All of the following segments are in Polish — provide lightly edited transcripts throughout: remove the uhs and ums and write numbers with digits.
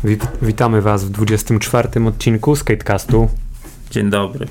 Witamy Was w 24. odcinku Skatecastu. Dzień dobry.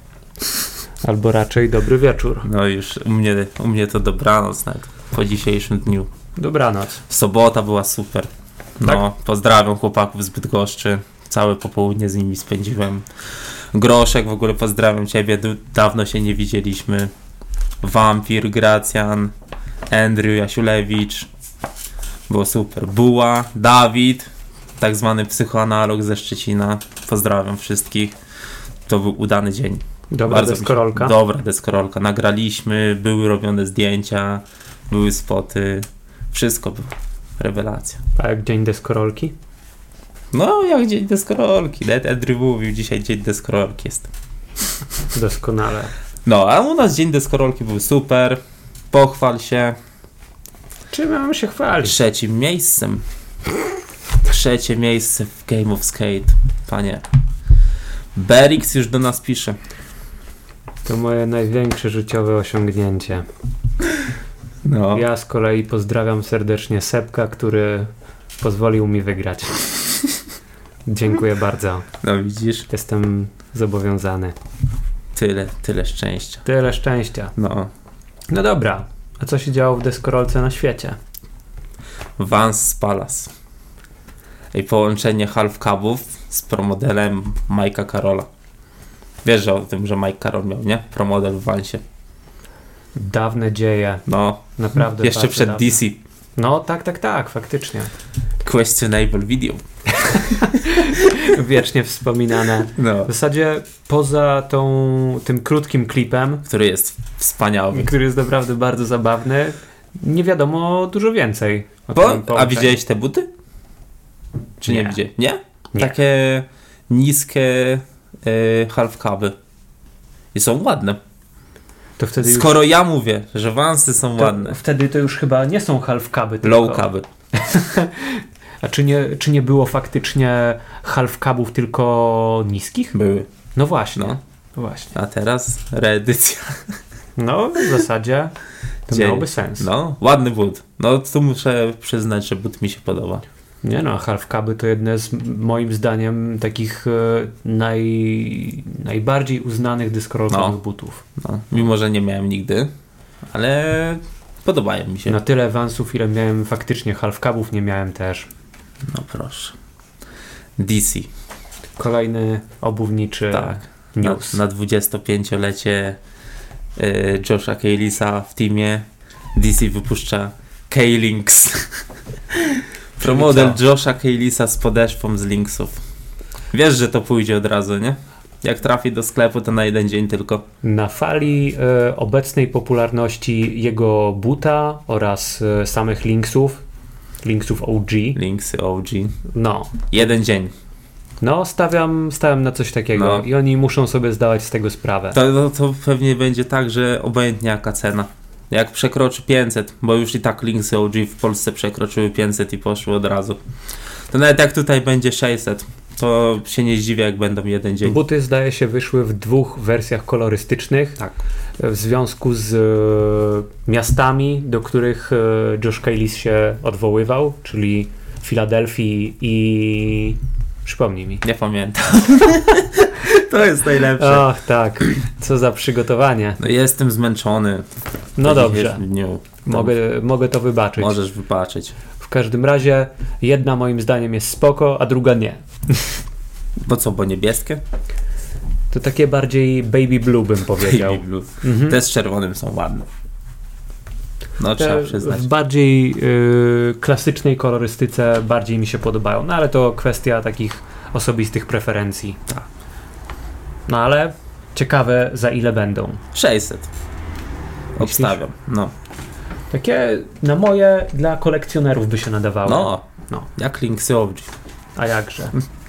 Albo raczej dobry wieczór. No już u mnie to dobranoc nawet po dzisiejszym dniu. Dobranoc. Sobota była super. No, tak? Pozdrawiam chłopaków z Bydgoszczy. Całe popołudnie z nimi spędziłem. Groszek, w ogóle pozdrawiam Ciebie. Dawno się nie widzieliśmy. Wampir, Gracjan, Andrew, Jasiulewicz. Było super. Buła, Dawid, tak zwany psychoanalog ze Szczecina. Pozdrawiam wszystkich. To był udany dzień. Dobra deskorolka. Dobra deskorolka. Nagraliśmy, były robione zdjęcia, były spoty. Wszystko było. Rewelacja. A jak dzień deskorolki? No, jak dzień deskorolki. Nawet Andrew mówił, dzisiaj dzień deskorolki jest. Doskonale. No, a u nas dzień deskorolki był super. Pochwal się. Czym mam się chwalić? Trzecim miejscem. Trzecie miejsce w Game of Skate. Panie. Berix już do nas pisze. To moje największe życiowe osiągnięcie. No. Ja z kolei pozdrawiam serdecznie Sepka, który pozwolił mi wygrać. Dziękuję bardzo. No widzisz? Jestem zobowiązany. Tyle szczęścia. Tyle szczęścia. No. No dobra. A co się działo w deskorolce na świecie? Vans Palace. I połączenie half cubów z promodelem Mike'a Carola. Wiesz o tym, że Mike Carroll miał, nie? Promodel w Vansie. Dawne dzieje. No. Naprawdę. Jeszcze przed dawne. DC. No tak, faktycznie. Questionable video. Wiecznie wspominane. No. W zasadzie poza tym krótkim klipem, Który jest wspaniały. który jest naprawdę bardzo zabawny, nie wiadomo dużo więcej. A widziałeś te buty? Czy nie widziałeś? Nie? Takie niskie half cuby. I są ładne. To wtedy Skoro ja mówię, że Vansy są ładne. Wtedy to już chyba nie są half cuby, tylko... Low cuby. A czy nie było faktycznie half cubów tylko niskich? Były. No właśnie. No. Właśnie. A teraz reedycja. No w zasadzie to miałoby sens. No, ładny but. No tu muszę przyznać, że but mi się podoba. Nie no, half cuby to jedne z moim zdaniem takich najbardziej uznanych deskorolkowych butów. No, mimo, że nie miałem nigdy, ale podobają mi się. Na tyle Vansów, ile miałem faktycznie half cubów, nie miałem też. No proszę. DC. Kolejny obuwniczy news. Na 25-lecie Josha Kaelisa w teamie DC wypuszcza K-Links. Promodel Josha Kaelisa z podeszwą z Linksów. Wiesz, że to pójdzie od razu, nie? Jak trafi do sklepu, to na jeden dzień tylko. Na fali obecnej popularności jego buta oraz samych Linksów OG. Linksy OG. No. Jeden dzień. No, stawiam na coś takiego. No. I oni muszą sobie zdawać z tego sprawę. To pewnie będzie tak, że obojętnie jaka cena. Jak przekroczy 500, bo już i tak Linksy OG w Polsce przekroczyły 500 i poszły od razu. To nawet jak tutaj będzie 600, to się nie zdziwię, jak będą jeden dzień. Buty, zdaje się, wyszły w 2 wersjach kolorystycznych. Tak. W związku z miastami, do których Josh Kaelis się odwoływał, czyli Filadelfii i... Przypomnij mi. Nie pamiętam. To jest najlepsze. Och, tak. Co za przygotowanie. No, jestem zmęczony. No dobrze. Dniu. Mogę to wybaczyć. Możesz wybaczyć. W każdym razie jedna moim zdaniem jest spoko, a druga nie. Bo co, bo niebieskie? To takie bardziej baby blue bym powiedział. Baby blue. Mhm. Te z czerwonym są ładne. No trzeba przyznać. W bardziej klasycznej kolorystyce bardziej mi się podobają. No ale to kwestia takich osobistych preferencji. Tak. No ale ciekawe, za ile będą. 600. Obstawiam. No. Takie na moje dla kolekcjonerów by się nadawały. No. Jak Linksy OG. A jakże.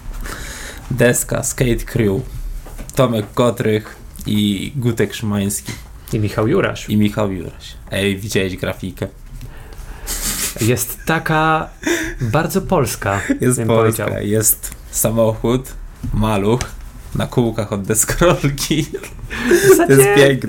Deska, Skate Crew, Tomek Kotrych i Gutek Szymański. I Michał Juraś. Ej, widziałeś grafikę? Jest taka bardzo polska. Jest polska. Powiedział. Jest samochód, maluch na kółkach od deskorolki. To jest piękne.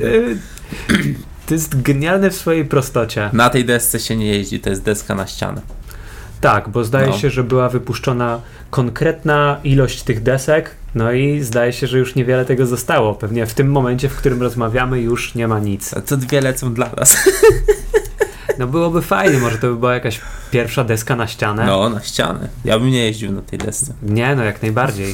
To jest genialne w swojej prostocie. Na tej desce się nie jeździ, to jest deska na ścianę. Tak, bo zdaje się, że była wypuszczona konkretna ilość tych desek, no i zdaje się, że już niewiele tego zostało. Pewnie w tym momencie, w którym rozmawiamy, już nie ma nic. A to dwie lecą dla nas. No byłoby fajnie, może to by była jakaś pierwsza deska na ścianę. No, na ścianę. Ja bym nie jeździł na tej desce. Nie, no jak najbardziej.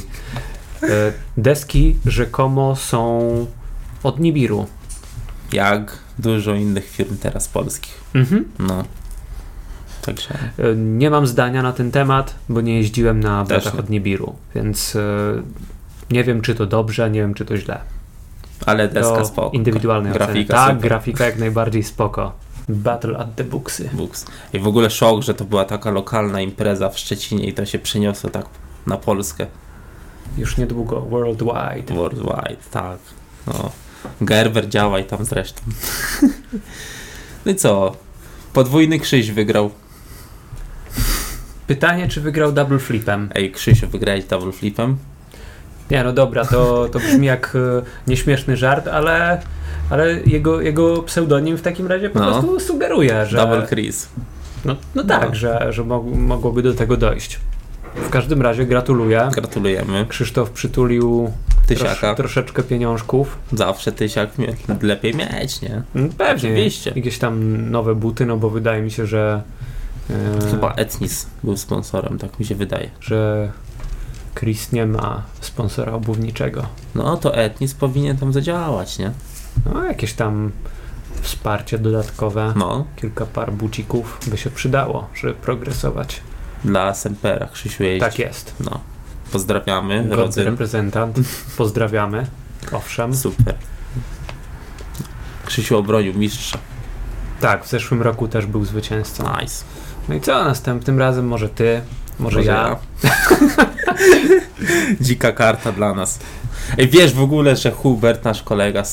Deski rzekomo są od Nibiru. Jak dużo innych firm teraz polskich. Mhm. No. Także. Nie mam zdania na ten temat, bo nie jeździłem na blatach nie. od Nibiru, więc nie wiem, czy to dobrze, nie wiem, czy to źle. Ale deska To spoko. indywidualne oceny. Grafika Tak, super. grafika jak najbardziej spoko. Battle at the Booksy. Books. I w ogóle szok, że to była taka lokalna impreza w Szczecinie i to się przeniosło tak na Polskę. Już niedługo, worldwide. Worldwide, tak. No. Gerber działaj tam zresztą. No i co? Podwójny Krzyś wygrał. Pytanie, czy wygrał double flipem? Ej, Krzysiu, wygrałeś double flipem? Nie, no dobra, to brzmi jak nieśmieszny żart, ale jego pseudonim w takim razie po No. prostu sugeruje, że... Double Chris. No tak, że mogłoby do tego dojść. W każdym razie gratuluję. Gratulujemy. Krzysztof przytulił Tysiaka. troszeczkę pieniążków. Zawsze tysiak lepiej mieć, nie? Pewnie. Oczywiście. Jakieś tam nowe buty, no bo wydaje mi się, że Chyba Etnis był sponsorem, tak mi się wydaje. że Chris nie ma sponsora obuwniczego. No to Etnis powinien tam zadziałać, nie? No jakieś tam wsparcie dodatkowe. No, Kilka par bucików by się przydało, żeby progresować. dla Sempera Krzysiu jeździ. Tak jest. No. Pozdrawiamy, Godny rodzyn. reprezentant. Pozdrawiamy. Owszem. Super. Krzysiu obronił mistrza. Tak, w zeszłym roku też był zwycięzcą. Nice. No i co następnym razem? Może ty, może ja. Dzika karta dla nas. Ej, wiesz w ogóle, że Hubert, nasz kolega,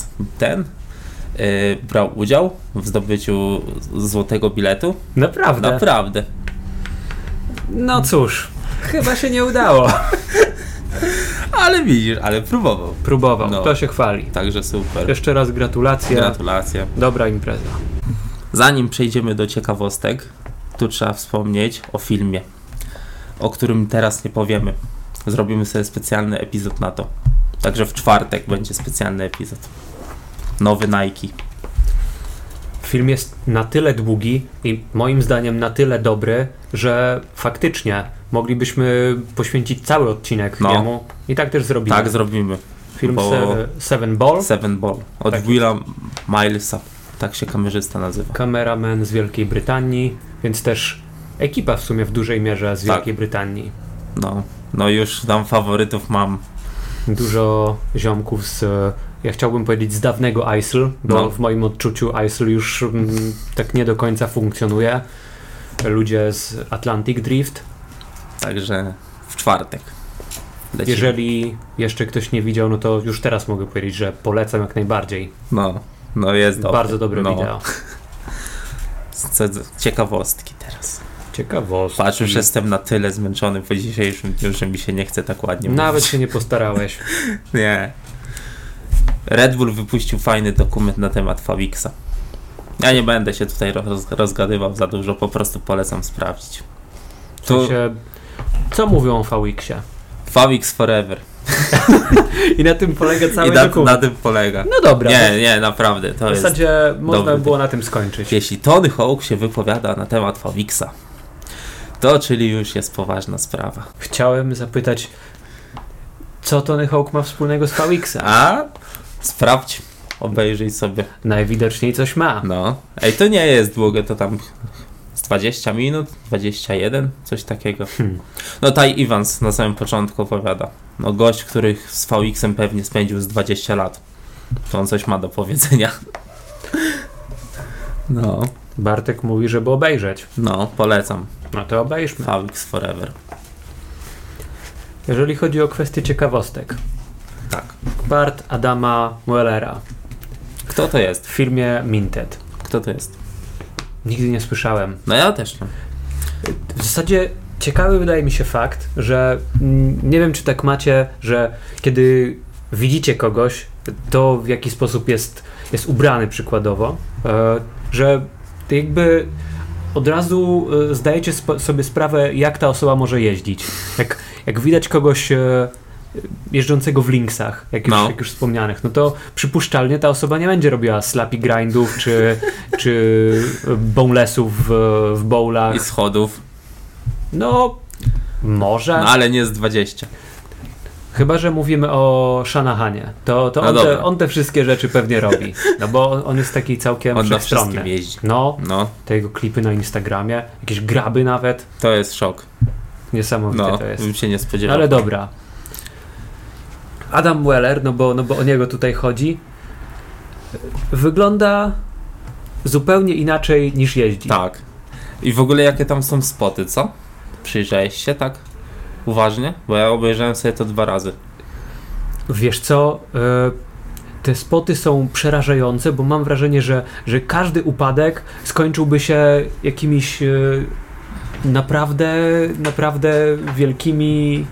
brał udział w zdobyciu złotego biletu? Naprawdę. Naprawdę. No cóż, chyba się nie udało. Ale widzisz, ale próbował. Próbował, No. to się chwali. Także super. Jeszcze raz gratulacje. Gratulacje. Dobra impreza. Zanim przejdziemy do ciekawostek, tu trzeba wspomnieć o filmie, o którym teraz nie powiemy. Zrobimy sobie specjalny epizod na to. Także w czwartek będzie specjalny epizod. Nowy Nike. Film jest na tyle długi i moim zdaniem na tyle dobry, że faktycznie moglibyśmy poświęcić cały odcinek No. niemu i tak też zrobimy. Tak zrobimy. Film bo- Seven Ball. Seven Ball. Od Tak. Willa Milesa. Tak się kamerzysta nazywa. Kameraman z Wielkiej Brytanii, więc też ekipa w sumie w dużej mierze z Tak. Wielkiej Brytanii. No już tam faworytów mam. Dużo ziomków ja chciałbym powiedzieć z dawnego ISIL, bo No. w moim odczuciu ISIL już tak nie do końca funkcjonuje. Ludzie z Atlantic Drift. Także w czwartek. Lecimy. Jeżeli jeszcze ktoś nie widział, no to już teraz mogę powiedzieć, że polecam jak najbardziej. No jest dobry. Bardzo dobre No. wideo. Ciekawostki teraz. Ciekawostka. Patrz, już jestem na tyle zmęczony po dzisiejszym dniu, że mi się nie chce tak ładnie Nawet mówić. się nie postarałeś. Nie. Red Bull wypuścił fajny dokument na temat Favixa. Ja nie będę się tutaj rozgadywał za dużo, po prostu polecam sprawdzić. W sensie, co mówią o VX-ie? Favix Forever. I na tym polega cały I na dokument. tym polega. No dobra. Nie, naprawdę. To w jest. zasadzie można dobry by było na tym skończyć. Jeśli Tony Hawk się wypowiada na temat Favixa, to czyli już jest poważna sprawa. Chciałem zapytać, co Tony Hawk ma wspólnego z VX-em? A? Sprawdź. Obejrzyj sobie. Najwidoczniej coś ma. No. Ej, to nie jest długie, to tam z 20 minut, 21, coś takiego. No Ty Evans na samym początku opowiada. No gość, który z VX-em pewnie spędził z 20 lat. To on coś ma do powiedzenia. No. Bartek mówi, żeby obejrzeć. No, polecam. No to obejrzmy. VX Forever. Jeżeli chodzi o kwestię ciekawostek. Tak. Bart Adama Muellera Kto to jest? w filmie Minted. Kto to jest? Nigdy nie słyszałem. No ja też nie. W zasadzie ciekawy wydaje mi się fakt, że nie wiem, czy tak macie, że kiedy widzicie kogoś, to w jaki sposób jest ubrany przykładowo, że jakby od razu zdajecie sobie sprawę, jak ta osoba może jeździć. Jak widać kogoś jeżdżącego w linksach, jak już wspomnianych, no to przypuszczalnie ta osoba nie będzie robiła slappy grindów, czy bonelessów w bowlach. I schodów. No, może. No, ale nie z 20. Chyba że mówimy o Shanahanie. To on te wszystkie rzeczy pewnie robi. No bo on jest taki całkiem wszechstronny. On na jeździ. No, te jego klipy na Instagramie, jakieś graby nawet. To jest szok. Niesamowite to jest. Bym się nie spodziewał. Ale dobra. Adam Weller, no bo o niego tutaj chodzi, wygląda zupełnie inaczej niż jeździ. Tak. I w ogóle jakie tam są spoty, co? Przyjrzałeś się tak uważnie? Bo ja obejrzałem sobie to 2 razy. Wiesz co, te spoty są przerażające, bo mam wrażenie, że każdy upadek skończyłby się jakimiś naprawdę wielkimi,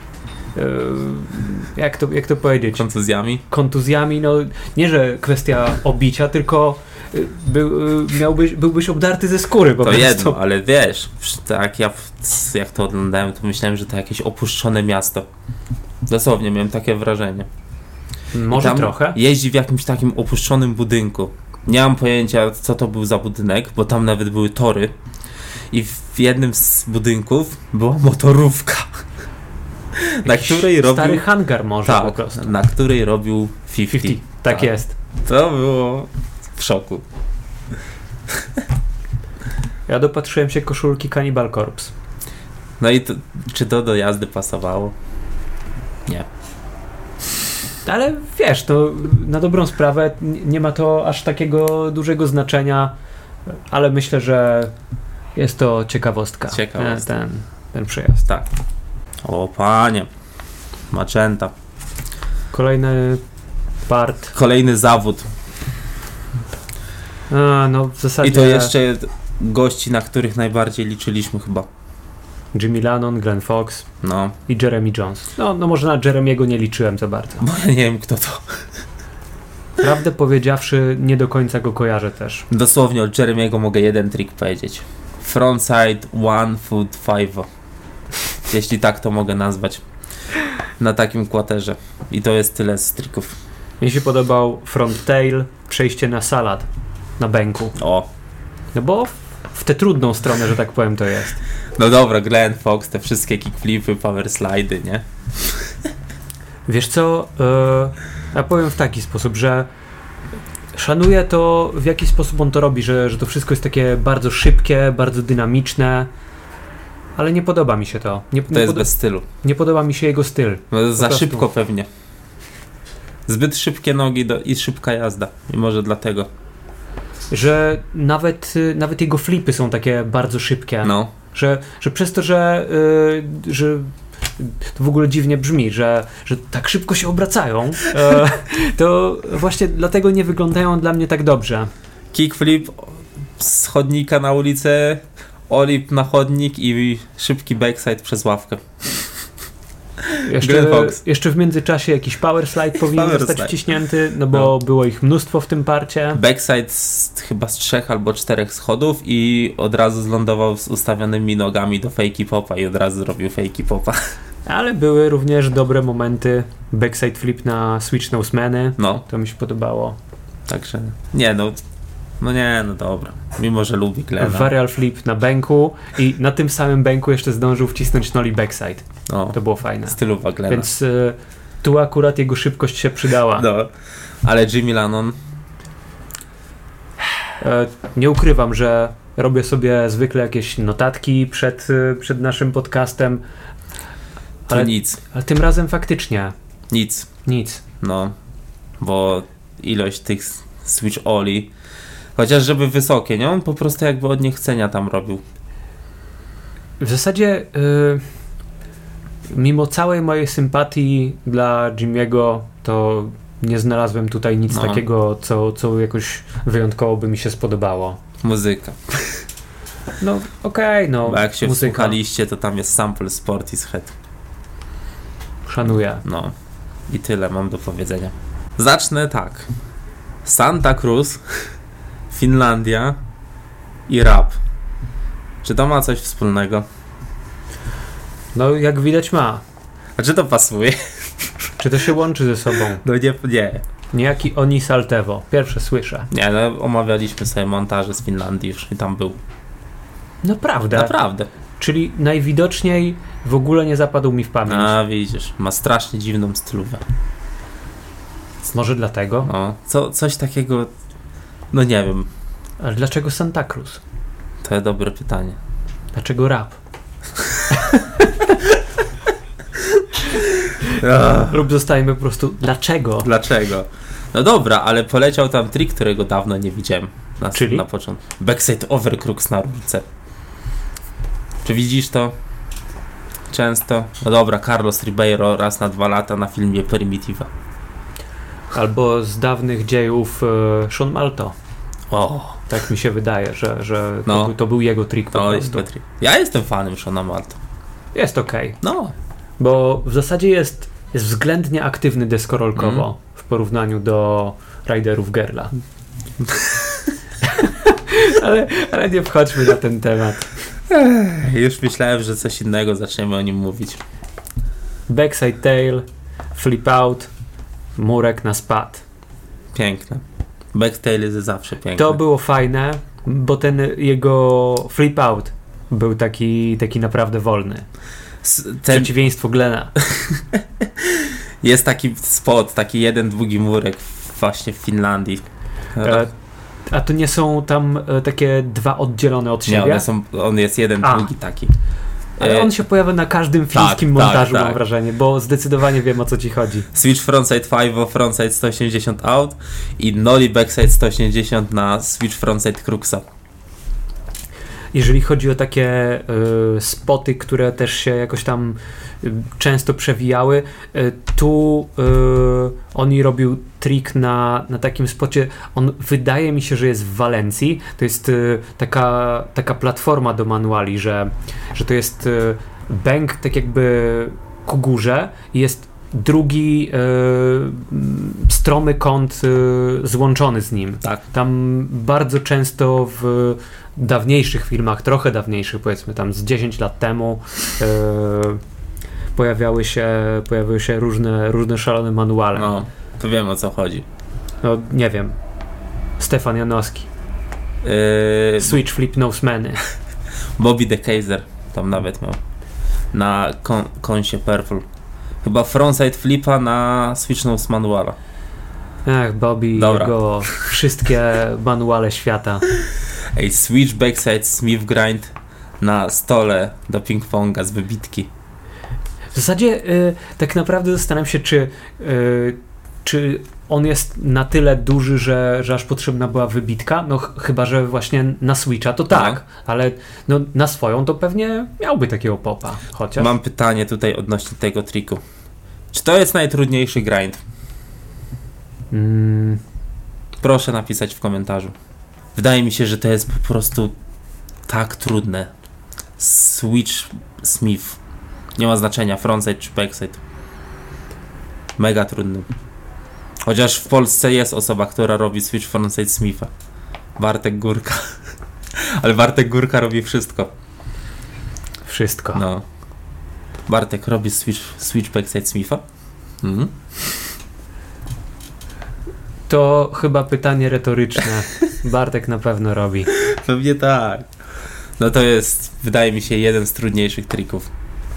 jak to powiedzieć? Kontuzjami, no nie, że kwestia obicia, tylko byłbyś obdarty ze skóry po prostu. To jedno, ale wiesz, tak jak to oglądałem, to myślałem, że to jakieś opuszczone miasto. Dosłownie miałem takie wrażenie. Może trochę? Jeździ w jakimś takim opuszczonym budynku. Nie mam pojęcia, co to był za budynek, bo tam nawet były tory. I w jednym z budynków była motorówka. Na której robił... Stary hangar może po prostu. Na której robił 50. Tak jest. To było w szoku. Ja dopatrzyłem się koszulki Cannibal Corpse. No i czy to do jazdy pasowało? Nie. Ale wiesz, to na dobrą sprawę nie ma to aż takiego dużego znaczenia, ale myślę, że jest to ciekawostka. Ten przejazd. Tak. O panie. Magenta. Kolejny part. Kolejny zawód. No w zasadzie... I to jeszcze gości, na których najbardziej liczyliśmy chyba. Jimmy Lannon, Glenn Fox i Jeremy Jones. No może na Jeremiego nie liczyłem za bardzo. Bo ja nie wiem kto to. Prawdę powiedziawszy, nie do końca go kojarzę też. Dosłownie od Jeremiego mogę jeden trik powiedzieć. Frontside, one foot, five. Jeśli tak to mogę nazwać. Na takim kwaterze. I to jest tyle z trików. Mi się podobał front tail, przejście na salad na bęku. No bo w tę trudną stronę, że tak powiem, to jest. No dobra, Glenn Fox, te wszystkie kickflipy, power slidy, nie? Wiesz co, ja powiem w taki sposób, że szanuję to, w jaki sposób on to robi, że to wszystko jest takie bardzo szybkie, bardzo dynamiczne, ale nie podoba mi się to. To jest bez stylu. Nie podoba mi się jego styl. No, za szybko pewnie. Zbyt szybkie nogi i szybka jazda. I może dlatego. Że nawet jego flipy są takie bardzo szybkie. No. Że przez to, że to w ogóle dziwnie brzmi, że tak szybko się obracają, to właśnie dlatego nie wyglądają dla mnie tak dobrze. Kickflip z chodnika na ulicę, olip na chodnik i szybki backside przez ławkę. Jeszcze w międzyczasie jakiś power slide powinien zostać wciśnięty, no bo było ich mnóstwo w tym parcie. Backside chyba z 3 albo 4 schodów i od razu zlądował z ustawionymi nogami do fakey popa i od razu zrobił fakey popa. Ale były również dobre momenty. Backside flip na switch nosemany. No. To mi się podobało. Także dobra. Mimo, że lubi Glena. Varial flip na bęku i na tym samym bęku jeszcze zdążył wcisnąć nollie backside. To było fajne. Stylowa Glena. Więc tu akurat jego szybkość się przydała. No. Ale Jimmy Lannon? Nie ukrywam, że robię sobie zwykle jakieś notatki przed naszym podcastem. To nic. Ale tym razem faktycznie. Nic. No. Bo ilość tych switch ollie, chociaż żeby wysokie, nie? On po prostu jakby od niechcenia tam robił. W zasadzie mimo całej mojej sympatii dla Jimmy'ego, to nie znalazłem tutaj nic takiego, co jakoś wyjątkowo by mi się spodobało. Muzyka. No okej, bo jak się wsłuchaliście, to tam jest sample Sporty's Head. Szanuję. No. I tyle mam do powiedzenia. Zacznę tak. Santa Cruz, Finlandia i rap. Czy to ma coś wspólnego? No, jak widać ma. A czy to pasuje? Czy to się łączy ze sobą? No nie. Niejaki Oni Saltevo. Pierwsze słyszę. Nie, no omawialiśmy sobie montaże z Finlandii już i tam był. Naprawdę. Czyli najwidoczniej w ogóle nie zapadł mi w pamięć. A widzisz, ma strasznie dziwną stylówę. Może dlatego? No, coś takiego, no nie wiem. Ale dlaczego Santa Cruz? To jest dobre pytanie. Dlaczego rap? Lub zostajemy po prostu dlaczego? No dobra, ale poleciał tam trik, którego dawno nie widziałem. Czyli? Na początku. Backside overcrux na rurce. Czy widzisz to? Często? No dobra, Carlos Ribeiro raz na 2 lata na filmie Primitiva. Albo z dawnych dziejów Sean Malto. Tak mi się wydaje, że to był jego trik po prostu. Ja jestem fanem Seana Malto. Jest okej. No. Bo w zasadzie jest względnie aktywny deskorolkowo w porównaniu do Riderów Gerla. ale nie wchodźmy na ten temat. Już myślałem, że coś innego zaczniemy o nim mówić. Backside tail, flip out, murek na spad. Piękne. Backtail jest zawsze piękny. To było fajne, bo ten jego flip out był taki naprawdę wolny. Przeciwieństwo Glena. Jest taki spot, taki jeden długi murek właśnie w Finlandii. A to nie są tam takie dwa oddzielone od siebie? Nie, on jest jeden długi taki. Ale on się pojawia na każdym fińskim montażu, mam wrażenie, bo zdecydowanie wiem, o co ci chodzi. Switch frontside 5, frontside 180 out i nollie backside 180 na switch frontside cruxa. Jeżeli chodzi o takie spoty, które też się jakoś tam często przewijały, tu oni robił trik na takim spocie, on wydaje mi się, że jest w Walencji, to jest taka platforma do manuali, że to jest bęk tak jakby ku górze i jest drugi stromy kąt złączony z nim. Tak. Tam bardzo często w dawniejszych filmach, trochę dawniejszych, powiedzmy tam z 10 lat temu pojawiały się różne szalone manuale. No, to wiem, o co chodzi. No, nie wiem. Stefan Janowski. Switch flip nosemany. Bobby the Kaiser tam nawet miał. Na konsie Purple. Chyba frontside flipa na switch nose manuala. Ach, Bobby, jego wszystkie manuale świata. Ej, switch backside Smith grind na stole do ping-ponga z wybitki. W zasadzie tak naprawdę zastanawiam się, czy on jest na tyle duży, że aż potrzebna była wybitka? No chyba, że właśnie na Switcha to tak, ale no, na swoją to pewnie miałby takiego popa. Chociaż. Mam pytanie tutaj odnośnie tego triku. Czy to jest najtrudniejszy grind? Proszę napisać w komentarzu. Wydaje mi się, że to jest po prostu tak trudne. Switch Smith. Nie ma znaczenia, frontside czy backside. Mega trudny. Chociaż w Polsce jest osoba, która robi switch frontside Smitha. Bartek Górka. Ale Bartek Górka robi wszystko. Wszystko. No. Bartek robi switch backside Smitha? To chyba pytanie retoryczne. Bartek na pewno robi. Pewnie tak. No to jest, wydaje mi się, jeden z trudniejszych trików.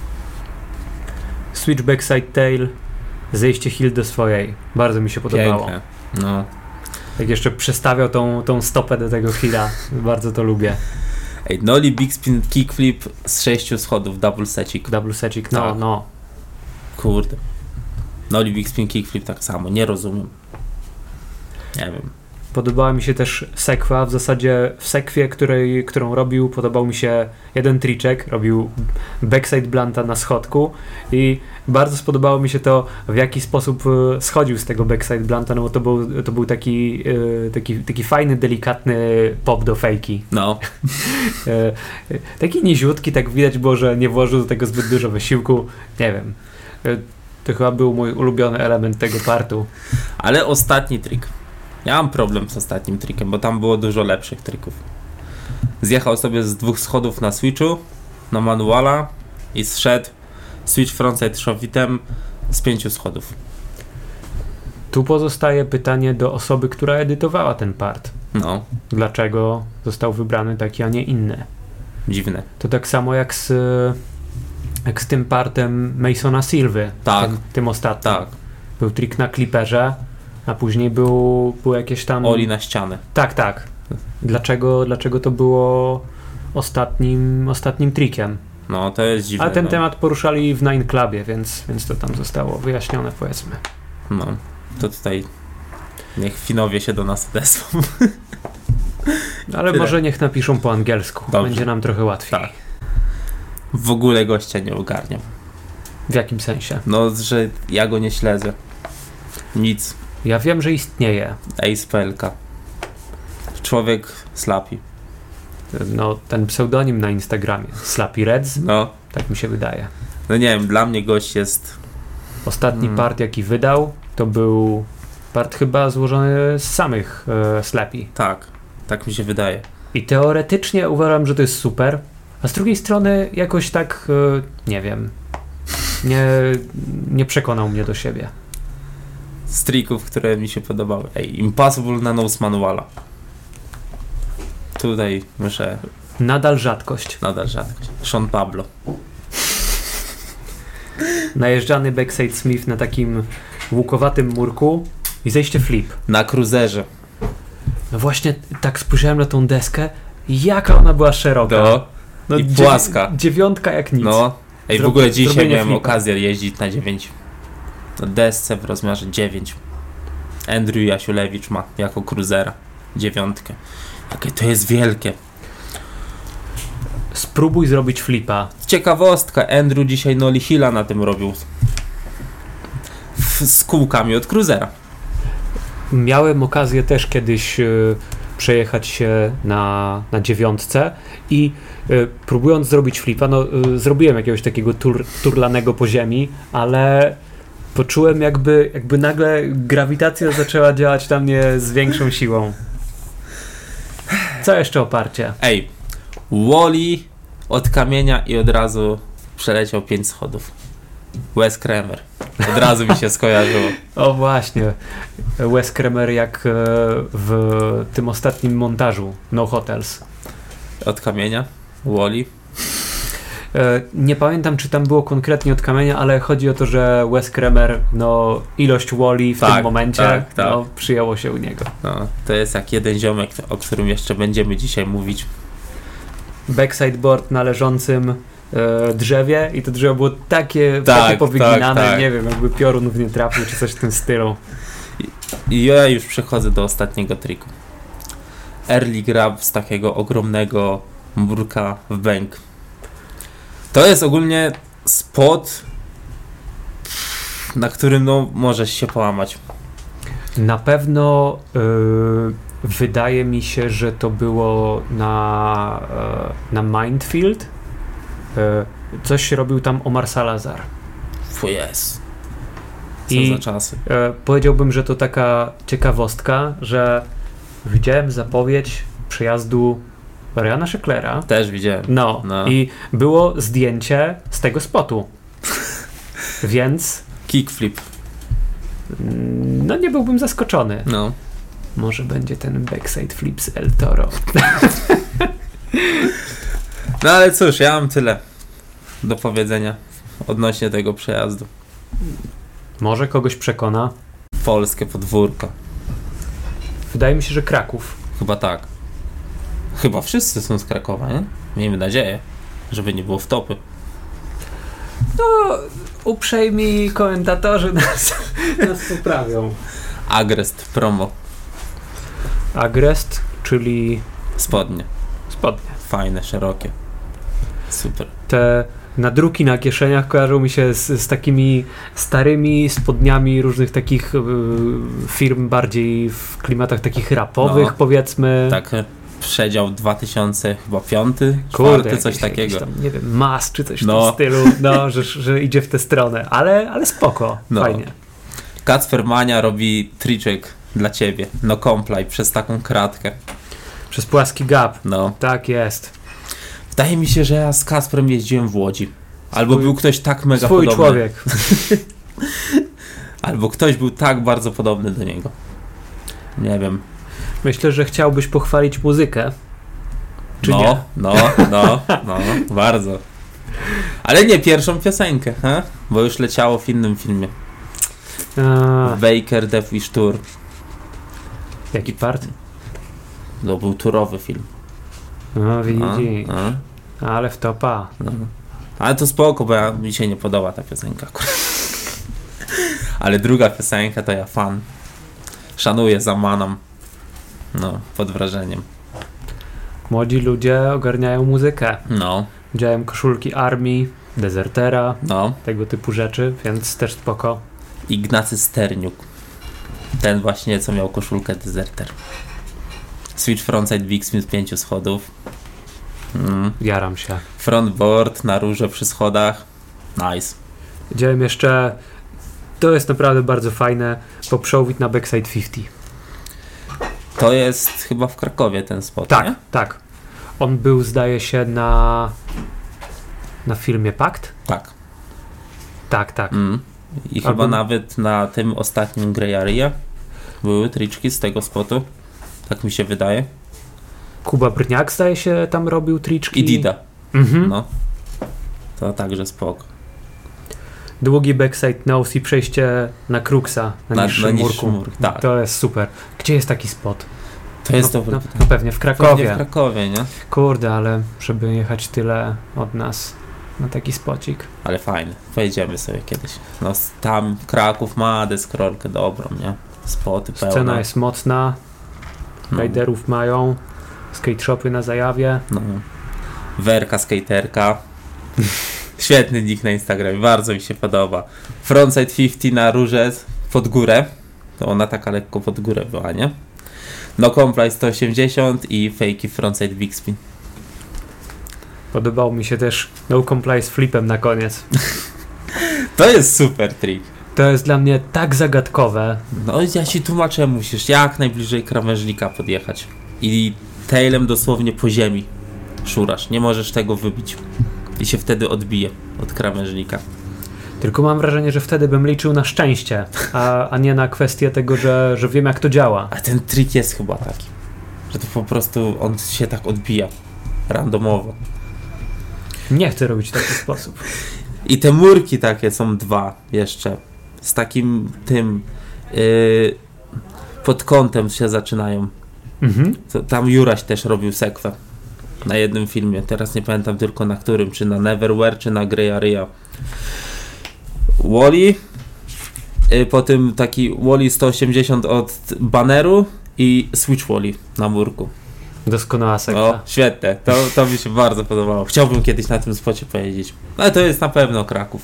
Switch backside tail, zejście heel do swojej. Bardzo mi się podobało. Piękne. No. Jak jeszcze przestawiał tą stopę do tego heela. Bardzo to lubię. Ej, nollie big spin kickflip z 6 schodów, double secik. No. Kurde. Nollie big spin kickflip tak samo, nie rozumiem. Nie wiem. Podobała mi się też sekwa, w zasadzie w sekwie, którą robił, podobał mi się jeden triczek, robił backside blanta na schodku i bardzo spodobało mi się to, w jaki sposób schodził z tego backside blanta, no bo to był taki fajny, delikatny pop do fejki. No. Taki niziutki, tak widać było, że nie włożył do tego zbyt dużo wysiłku, nie wiem. To chyba był mój ulubiony element tego partu. Ale ostatni trik. Ja mam problem z ostatnim trikiem, bo tam było dużo lepszych trików. Zjechał sobie z 2 schodów na switchu, na manuala i zszedł switch frontside showitem z 5 schodów. Tu pozostaje pytanie do osoby, która edytowała ten part. No. Dlaczego został wybrany taki, a nie inny? Dziwne. To tak samo jak z tym partem Masona Silvy. Tak. Tym ostatnim. Tak. Był trik na Clipperze, a później był jakieś tam... Oli na ścianę. Tak. Dlaczego to było ostatnim trikiem? No, to jest dziwne. Ale ten temat poruszali w Nine Clubie, więc to tam zostało wyjaśnione, powiedzmy. No, to tutaj niech Finowie się do nas odezwą. Ale tyle. Może niech napiszą po angielsku. Dobrze. Będzie nam trochę łatwiej. Tak. W ogóle gościa nie ogarniam. W jakim sensie? No, że ja go nie śledzę. Nic. Ja wiem, że istnieje. Ace.pl. Człowiek Slappy. No, ten pseudonim na Instagramie. Slappy Reds? No. Tak mi się wydaje. No nie wiem, dla mnie gość jest... Ostatni part, jaki wydał, to był part chyba złożony z samych Slappy. Tak mi się wydaje. I teoretycznie uważam, że to jest super, a z drugiej strony jakoś tak, nie wiem, nie przekonał mnie do siebie. Z trików, które mi się podobały. Impossible na nose manuala. Tutaj muszę... Nadal rzadkość. Sean Pablo. Najeżdżany backside Smith na takim łukowatym murku i zejście flip. Na cruzerze. No właśnie tak spojrzałem na tą deskę, jaka ona była szeroka. No i płaska. 9 jak nic. No. W ogóle dzisiaj miałem okazję jeździć na 9. Na desce w rozmiarze 9. Andrew Jasiulewicz ma jako cruzera 9. Jakie to jest wielkie. Spróbuj zrobić flipa. Ciekawostka, Andrew dzisiaj Nolly Hilla na tym robił. Z kółkami od cruzera. Miałem okazję też kiedyś przejechać się na 9 i próbując zrobić flipa, zrobiłem jakiegoś takiego turlanego po ziemi, ale poczułem jakby nagle grawitacja zaczęła działać na mnie z większą siłą. Co jeszcze oparcie? Wally od kamienia i od razu przeleciał 5 schodów. Wes Kremer. Od razu mi się skojarzyło. O właśnie. Wes Kremer jak w tym ostatnim montażu No Hotels. Od kamienia? Wally? Nie pamiętam, czy tam było konkretnie od kamienia, ale chodzi o to, że Wes Kremer, ilość Wally w tym momencie przyjęło się u niego. No, to jest jak jeden ziomek, o którym jeszcze będziemy dzisiaj mówić. Backside board na leżącym drzewie i to drzewo było takie powyginane, nie wiem, jakby piorun w nie trafił, czy coś w tym stylu. I ja już przechodzę do ostatniego triku. Early grab z takiego ogromnego murka w bank. To jest ogólnie spot, na którym możesz się połamać. Na pewno wydaje mi się, że to było na Mindfield. Coś robił tam Omar Salazar. Yes. Co za czasy. Powiedziałbym, że to taka ciekawostka, że widziałem zapowiedź przejazdu Ryana Schecklera. Też widziałem. No. I było zdjęcie z tego spotu. Więc... Kickflip. Nie byłbym zaskoczony. No. Może będzie ten backside flip z El Toro. No ale cóż, ja mam tyle do powiedzenia odnośnie tego przejazdu. Może kogoś przekona? Polskie podwórko. Wydaje mi się, że Kraków. Chyba tak. Chyba wszyscy są z Krakowa, nie? Miejmy nadzieję, żeby nie było wtopy. Uprzejmi komentatorzy nas poprawią. Agrest promo. Agrest, czyli... Spodnie. Fajne, szerokie. Super. Te nadruki na kieszeniach kojarzą mi się z takimi starymi spodniami różnych takich firm bardziej w klimatach takich rapowych, powiedzmy. Tak, przedział 2005, kurde, coś takiego. Tam, nie wiem, Mas czy coś w tym stylu, że idzie w tę stronę, ale spoko, fajnie. Kacper Mania robi triczek dla ciebie, comply przez taką kratkę. Przez płaski gap. No. Tak jest. Wydaje mi się, że ja z Kasprem jeździłem w Łodzi. Albo był ktoś tak mega Swój podobny. człowiek. Albo ktoś był tak bardzo podobny do niego. Nie wiem. Myślę, że chciałbyś pochwalić muzykę. Czy nie? No, bardzo. Ale nie pierwszą piosenkę, bo już leciało w innym filmie. Baker Death Wish Tour. Jaki part? To był turowy film. No widzisz. Ale w topa. No. Ale to spoko, bo mi się nie podoba ta piosenka. Ale druga piosenka to ja fan. Szanuję Zamanom. No, pod wrażeniem. Młodzi ludzie ogarniają muzykę. No. Widziałem koszulki Armii, Dezertera, no. Tego typu rzeczy, więc też spoko. Ignacy Sterniuk. Ten właśnie, co miał koszulkę Deserter. Switch Frontside Vixen z 5 schodów. Jaram się. Frontboard na róże przy schodach. Nice. Widziałem jeszcze, to jest naprawdę bardzo fajne, Popshowit na Backside 50. To jest chyba w Krakowie ten spot, tak, nie? Tak. On był, zdaje się, na filmie Pakt? Tak. Tak. I chyba nawet na tym ostatnim Grey Area były triczki z tego spotu. Tak mi się wydaje. Kuba Brniak, zdaje się, tam robił triczki. I Dida. No. To także spoko. Długi backside nose i przejście na Kruxa, na niższym murku. Tak. To jest super. Gdzie jest taki spot? To jest dobre. No pewnie w Krakowie. Pewnie w Krakowie, nie? Kurde, ale żeby jechać tyle od nas na taki spocik. Ale fajny. Pojedziemy sobie kiedyś. No tam Kraków ma deskorolkę dobrą, nie? Spoty pełne. Scena jest mocna. Riderów mają. Skate shopy na Zajawie. No. Werka skaterka. Świetny nick na Instagramie. Bardzo mi się podoba. Frontside 50 na róże pod górę. To ona taka lekko pod górę była, nie? No Comply 180 i Fakey Frontside Big Spin. Podobał mi się też No Comply z flipem na koniec. To jest super trik. To jest dla mnie tak zagadkowe. No ja ci tłumaczę, musisz jak najbliżej krawężnika podjechać. I tailem dosłownie po ziemi szurasz. Nie możesz tego wybić. I się wtedy odbije od krawężnika. Tylko mam wrażenie, że wtedy bym liczył na szczęście, a nie na kwestię tego, że wiem jak to działa. A ten trik jest chyba taki, że to po prostu on się tak odbija randomowo. Nie chcę robić w taki sposób. I te murki takie są dwa jeszcze. Z takim tym pod kątem się zaczynają. To, tam Juraś też robił sekwę na jednym filmie. Teraz nie pamiętam tylko na którym. Czy na Neverwhere, czy na Grey Area. Wally, po tym taki Wally 180 od baneru i Switch Wally na murku. Doskonała sekcja. O, świetne, to mi się bardzo podobało. Chciałbym kiedyś na tym spocie pojeździć. Ale to jest na pewno Kraków.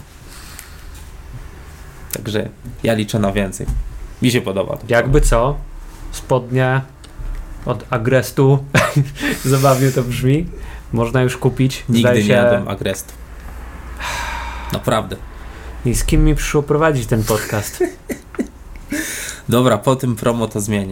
Także ja liczę na więcej. Mi się podoba. Jakby co? Spodnie od Agrestu. Zabawnie to brzmi. Można już kupić. Nigdy nie jadłem Agrestu. Naprawdę. I z kim mi przyszło prowadzić ten podcast? Dobra, po tym promo to zmienię.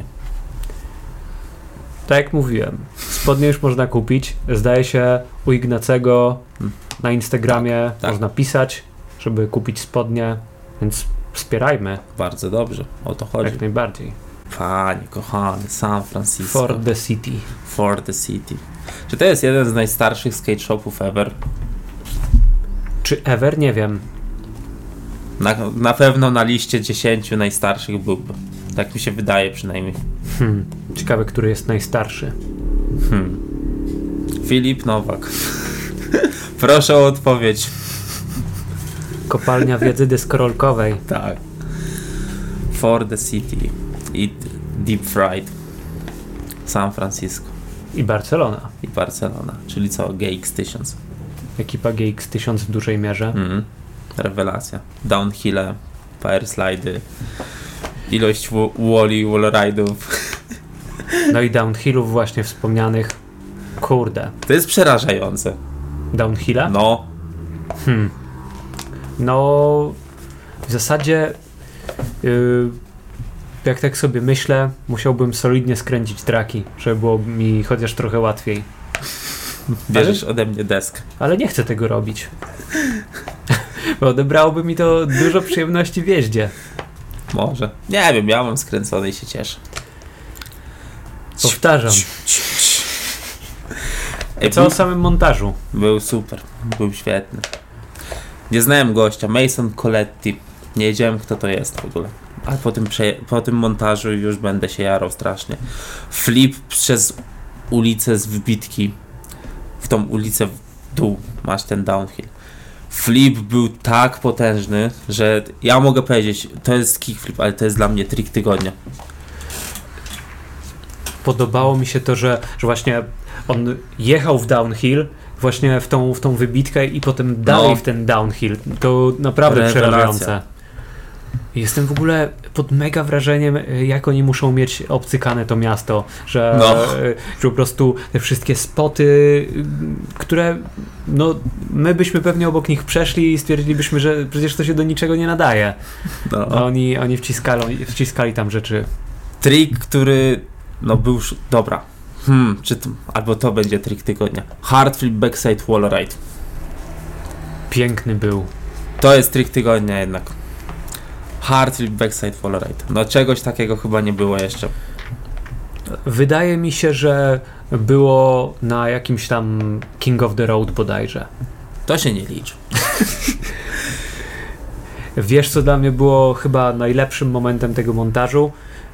Tak jak mówiłem, spodnie już można kupić. Zdaje się u Ignacego na Instagramie tak. Można pisać, żeby kupić spodnie, więc wspierajmy. Bardzo dobrze, o to chodzi. Jak najbardziej. Panie kochany, San Francisco. For the city. For the city. Czy to jest jeden z najstarszych skate shopów ever? Czy ever? Nie wiem. Na pewno na liście 10 najstarszych byłby. Tak mi się wydaje przynajmniej. Ciekawe, który jest najstarszy. Filip Nowak. Proszę o odpowiedź. Kopalnia wiedzy deskorolkowej. Tak. For the city. I Deep Fried. San Francisco. I Barcelona. I Barcelona. Czyli co? GX1000. Ekipa GX1000 w dużej mierze. Rewelacja. Downhille, power slidy, ilość wallride'ów. No i downhillów właśnie wspomnianych. Kurde. To jest przerażające. Downhilla? No. No w zasadzie jak tak sobie myślę, musiałbym solidnie skręcić traki, żeby było mi chociaż trochę łatwiej. Bierzesz ode mnie deskę. Ale nie chcę tego robić. Bo odebrałoby mi to dużo przyjemności w jeździe. Może. Nie wiem, ja mam skręcony i się cieszę. Powtarzam. Co o samym montażu? Był super. Był świetny. Nie znałem gościa. Mason Coletti. Nie wiedziałem, kto to jest w ogóle. A po tym montażu już będę się jarał strasznie. Flip przez ulicę z wybitki. W tą ulicę w dół masz ten downhill. Flip był tak potężny, że ja mogę powiedzieć, to jest kickflip, ale to jest dla mnie trik tygodnia. Podobało mi się to, że właśnie on jechał w downhill, właśnie w tą wybitkę i potem dalej w ten downhill. To naprawdę przerażające. Jestem w ogóle pod mega wrażeniem, jak oni muszą mieć obcykane to miasto, że po prostu te wszystkie spoty, które my byśmy pewnie obok nich przeszli i stwierdzilibyśmy, że przecież to się do niczego nie nadaje. A oni wciskali tam rzeczy. Trik, który był dobra. Albo to będzie trik tygodnia. Hard flip backside wall ride. Piękny był. To jest trik tygodnia jednak. Hard flip backside wall ride. Czegoś takiego chyba nie było jeszcze. Wydaje mi się, że było na jakimś tam King of the Road bodajże. To się nie liczy. Wiesz, co dla mnie było chyba najlepszym momentem tego montażu?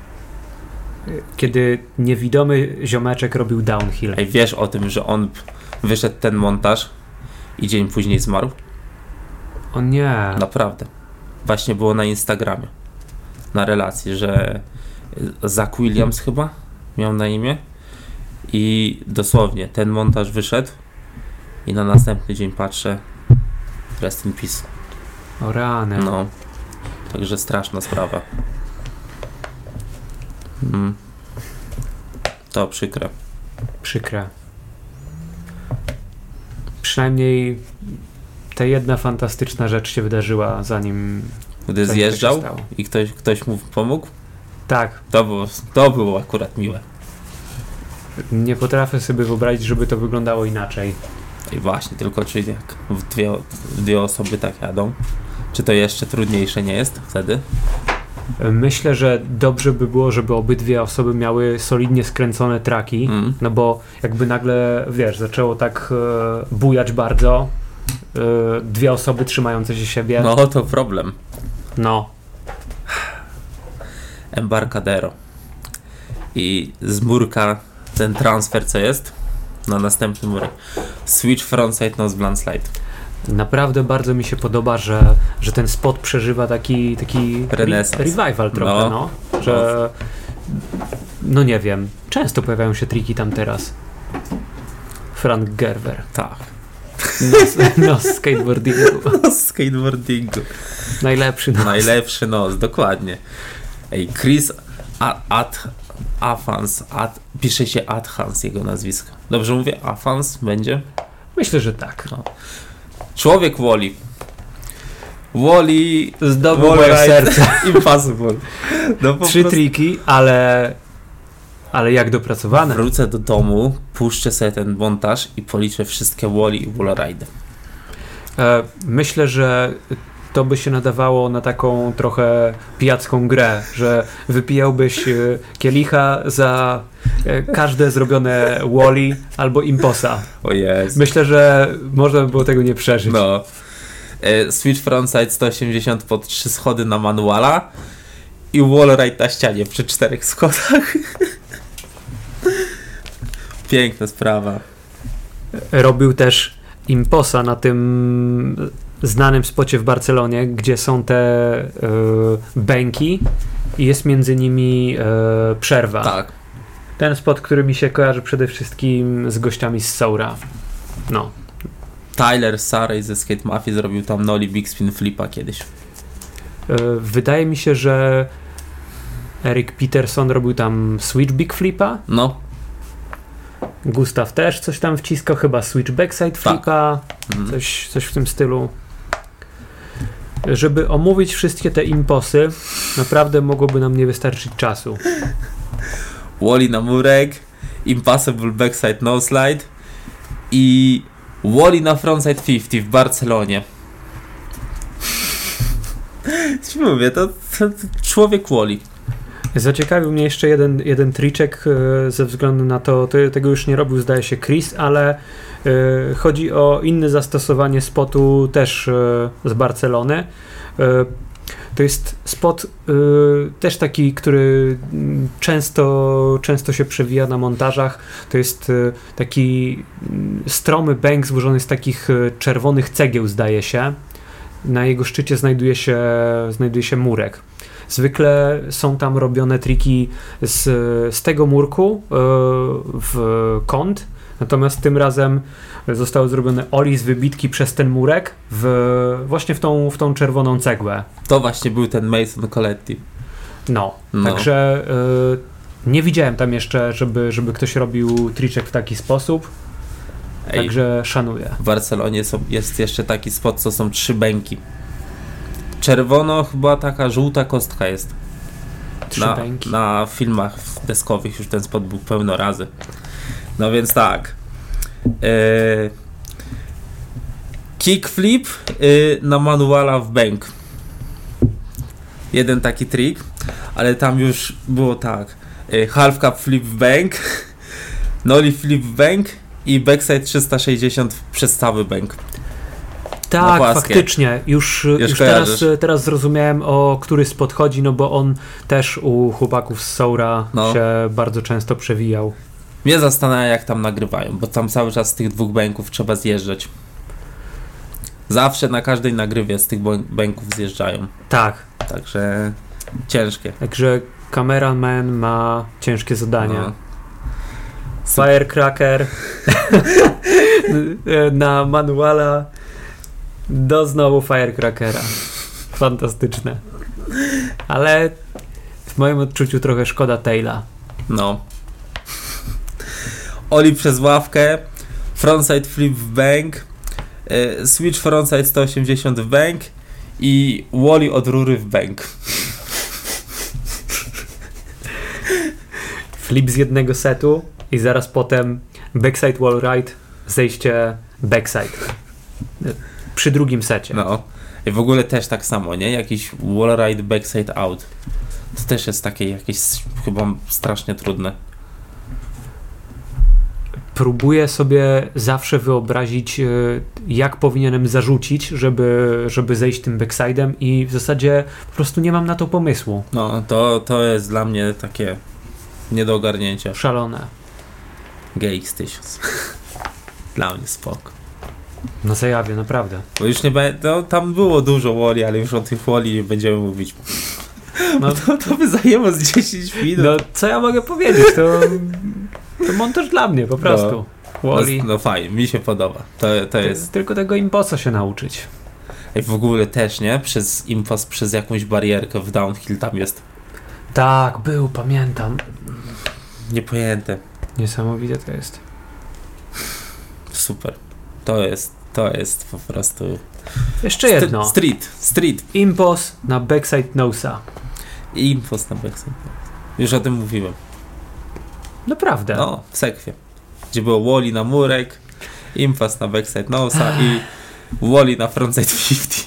Kiedy niewidomy ziomeczek robił downhill. Ej, wiesz o tym, że on wyszedł ten montaż i dzień później zmarł? O nie. Naprawdę. Właśnie było na Instagramie. Na relacji, że Zach Williams chyba miał na imię i dosłownie ten montaż wyszedł i na następny dzień patrzę, rest in peace. O rany. Także straszna sprawa. To przykre. Przykre. Przynajmniej ta jedna fantastyczna rzecz się wydarzyła, zanim zjeżdżał i ktoś mu pomógł? Tak. To było akurat miłe. Nie potrafię sobie wyobrazić, żeby to wyglądało inaczej. I właśnie, tylko czy jak dwie osoby tak jadą, czy to jeszcze trudniejsze nie jest wtedy? Myślę, że dobrze by było, żeby obydwie osoby miały solidnie skręcone traki, bo jakby nagle, zaczęło tak bujać bardzo, dwie osoby trzymające się siebie. To problem. Embarcadero. I z murka ten transfer, co jest na następny murek. Switch frontside nose blunt slide. Naprawdę bardzo mi się podoba, że ten spot przeżywa taki revival trochę, że nie wiem, często pojawiają się triki tam teraz. Frank Gerber. Tak. Skateboardingu. Najlepszy nos, dokładnie. Ej, Chris Afans, pisze się Adhans jego nazwisko. Dobrze mówię? Afans będzie? Myślę, że tak. Człowiek Wally zdobył moje serce. Impossible. 3 triki, ale jak dopracowane. Wrócę do domu, puszczę sobie ten montaż i policzę wszystkie Wally i Wallride. Myślę, że to by się nadawało na taką trochę pijacką grę, że wypijałbyś kielicha za każde zrobione Wally albo Imposa. O jest. Myślę, że można by było tego nie przeżyć. Switch frontside 180 pod 3 schody na manuala i wallride na ścianie przy 4 schodach. Piękna sprawa. Robił też Imposa na tym znanym spocie w Barcelonie, gdzie są te bęki i jest między nimi przerwa. Tak. Ten spot, który mi się kojarzy przede wszystkim z gościami z Soura. Tyler Surrey ze Skate Mafii zrobił tam nollie big spin flipa kiedyś. Wydaje mi się, że Eric Peterson robił tam switch big flipa. Gustaw też coś tam wciskał, chyba switch backside flipa. Coś w tym stylu. Żeby omówić wszystkie te imposy, naprawdę mogłoby nam nie wystarczyć czasu. Wally na murek, Impossible Backside No Slide i Wally na Frontside 50 w Barcelonie. Mówię, to człowiek Wally. Zaciekawił mnie jeszcze jeden triczek ze względu na to, tego już nie robił, zdaje się, Chris, ale chodzi o inne zastosowanie spotu też z Barcelony. To jest spot też taki, który często się przewija na montażach. To jest taki stromy bęk złożony z takich czerwonych cegieł, zdaje się. Na jego szczycie znajduje się murek. Zwykle są tam robione triki z tego murku w kąt, natomiast tym razem zostały zrobione ollie z wybitki przez ten murek właśnie w tą czerwoną cegłę. To właśnie był ten Mason Coletti. No. Także nie widziałem tam jeszcze, żeby ktoś robił triczek w taki sposób. Także szanuję. W Barcelonie jest jeszcze taki spot, co są 3 bęki. Czerwono chyba taka żółta kostka jest. 3 bęki. Na filmach deskowych już ten spot był pełno razy. No więc tak. Kickflip na manuala w bank. Jeden taki trik, ale tam już było tak. Half cup flip w bank, nollie flip w bank i backside 360 przez cały bank. Tak, faktycznie. Już teraz zrozumiałem, o który spot chodzi, no bo on też u chłopaków z Soura się bardzo często przewijał. Mnie zastanawia, jak tam nagrywają, bo tam cały czas z tych 2 bęków trzeba zjeżdżać. Zawsze na każdej nagrywie z tych bęków zjeżdżają. Tak. Także ciężkie. Także cameraman ma ciężkie zadania. Firecracker na manuala do znowu Firecrackera. Fantastyczne. Ale w moim odczuciu trochę szkoda Taila. No. Ollie przez ławkę, frontside flip w bank, switch frontside 180 w bank i Wally od rury w bank. Flip z jednego setu i zaraz potem backside wall ride, zejście backside. Przy drugim secie. No. I w ogóle też tak samo, nie? Jakiś wall ride backside out. To też jest takie jakieś chyba strasznie trudne. Próbuję sobie zawsze wyobrazić, jak powinienem zarzucić, żeby zejść tym backside'em i w zasadzie po prostu nie mam na to pomysłu. No, to jest dla mnie takie nie do ogarnięcia. Szalone. GX1000. Dla mnie spoko. Na zajawie, naprawdę. Bo już nie będzie, tam było dużo Wally, ale już o tych Wally nie będziemy mówić. No to by zajęło z 10 minut. No, co ja mogę powiedzieć? To montaż dla mnie, po prostu. Wally. No fajnie, mi się podoba. To jest... Tylko tego imposa się nauczyć. I w ogóle też, nie? Przez jakąś barierkę w downhill tam jest. Tak, był, pamiętam. Niepojęte. Niesamowite to jest. Super. To jest po prostu... Jeszcze jedno. Street. Impos na backside nosa. Impos na backside nosa. Już o tym mówiłem. Naprawdę? No, w sekwie. Gdzie było Wally na murek, Impos na backside nosa i Wally na frontside 50.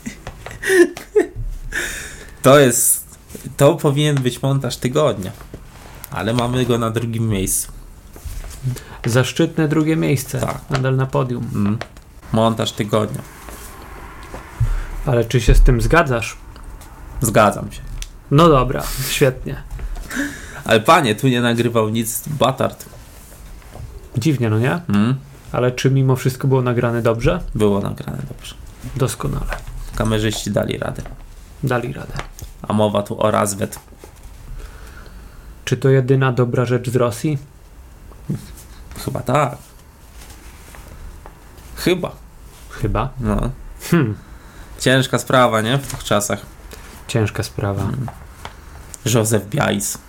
To powinien być montaż tygodnia. Ale mamy go na drugim miejscu. Zaszczytne drugie miejsce. Tak. Nadal na podium. Montaż tygodnia. Ale czy się z tym zgadzasz? Zgadzam się. No dobra, świetnie. Ale panie, tu nie nagrywał nic Batard. Dziwnie, no nie? Ale czy mimo wszystko było nagrane dobrze? Było nagrane dobrze. Doskonale. Kamerzyści dali radę. Dali radę. A mowa tu o Razvet. Czy to jedyna dobra rzecz z Rosji? Chyba tak. Chyba. No. Ciężka sprawa, nie? W tych czasach. Ciężka sprawa. Józef Biais.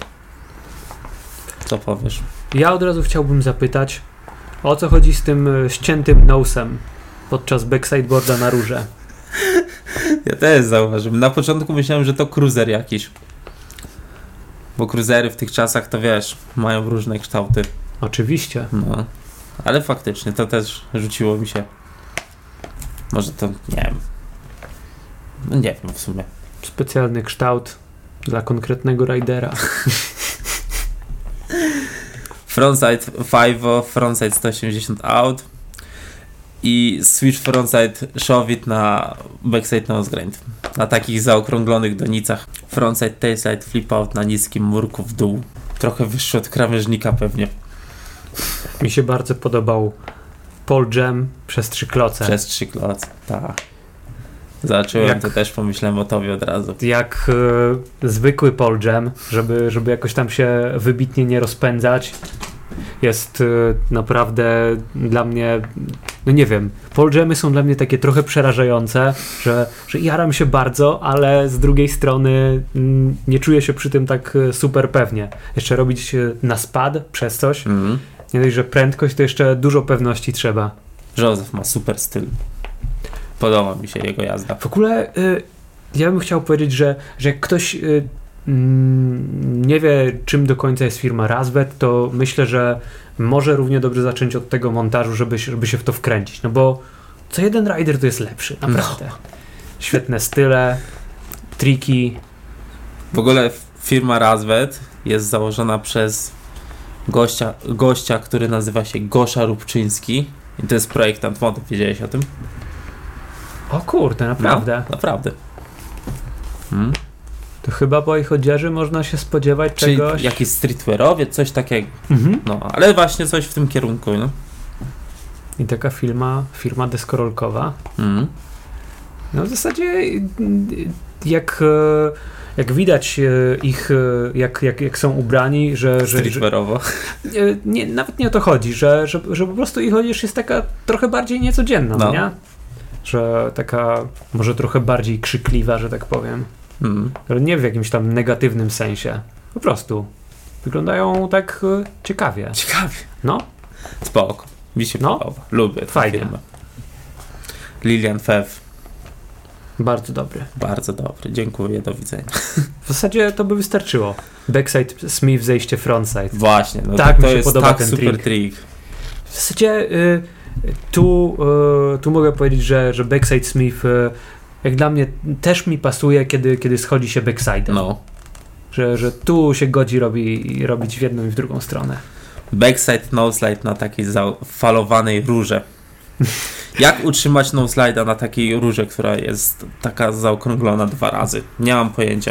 Co powiesz? Ja od razu chciałbym zapytać, o co chodzi z tym ściętym nosem podczas backsideboarda na rurze? Ja też zauważyłem. Na początku myślałem, że to cruiser jakiś. Bo cruisery w tych czasach, to wiesz, mają różne kształty. Oczywiście. No. Ale faktycznie, to też rzuciło mi się. Może to, nie wiem. No nie wiem w sumie. Specjalny kształt dla konkretnego ridera. Frontside 5, frontside 180 out i switch frontside shove-it na backside nose grind. Na takich zaokrąglonych donicach. Frontside tailside flip out na niskim murku w dół. Trochę wyższy od krawężnika pewnie. Mi się bardzo podobał pole jam przez 3 kloce. Przez 3 kloce, tak. Zobaczyłem to też, pomyślałem o tobie od razu. Jak zwykły pole jam, żeby jakoś tam się wybitnie nie rozpędzać, jest naprawdę dla mnie, no nie wiem, pole jamy są dla mnie takie trochę przerażające, że jaram się bardzo, ale z drugiej strony nie czuję się przy tym tak super pewnie. Jeszcze robić na spad przez coś, nie dość, że prędkość, to jeszcze dużo pewności trzeba. Joseph ma super styl. Podoba mi się jego jazda. W ogóle ja bym chciał powiedzieć, że jak ktoś nie wie, czym do końca jest firma Razvet, to myślę, że może równie dobrze zacząć od tego montażu, żeby się w to wkręcić. No bo co jeden rider to jest lepszy, naprawdę. No. Świetne style, triki. W ogóle firma Razvet jest założona przez gościa, który nazywa się Gosza Rubczyński. I to jest projektant modów, wiedziałeś o tym? O kurde, naprawdę? No, naprawdę. To chyba po ich odzieży można się spodziewać czegoś... Czyli jakiś streetwearowiec, coś takiego. No, ale właśnie coś w tym kierunku, no. I taka firma deskorolkowa. No w zasadzie jak widać ich, jak są ubrani, że streetwearowo. Nawet nie o to chodzi, że po prostu ich odzież jest taka trochę bardziej niecodzienna, no. Nie? Że taka może trochę bardziej krzykliwa, że tak powiem. Ale nie w jakimś tam negatywnym sensie. Po prostu wyglądają tak ciekawie. Ciekawie. No. Spoko. Mi się podoba. Lubię tę firmę. Lilian Fev. Bardzo dobry. Bardzo dobry. Dziękuję. Do widzenia. W zasadzie to by wystarczyło. Backside Smith, zejście frontside. Właśnie. No tak to mi się jest podoba tak ten super trik. W zasadzie tu mogę powiedzieć, że backside Smith jak dla mnie też mi pasuje, kiedy schodzi się backside'em. No. Że tu się godzi robić w jedną i w drugą stronę. Backside noslide na takiej falowanej rurze. Jak utrzymać noslide'a na takiej rurze, która jest taka zaokrąglona 2 razy? Nie mam pojęcia.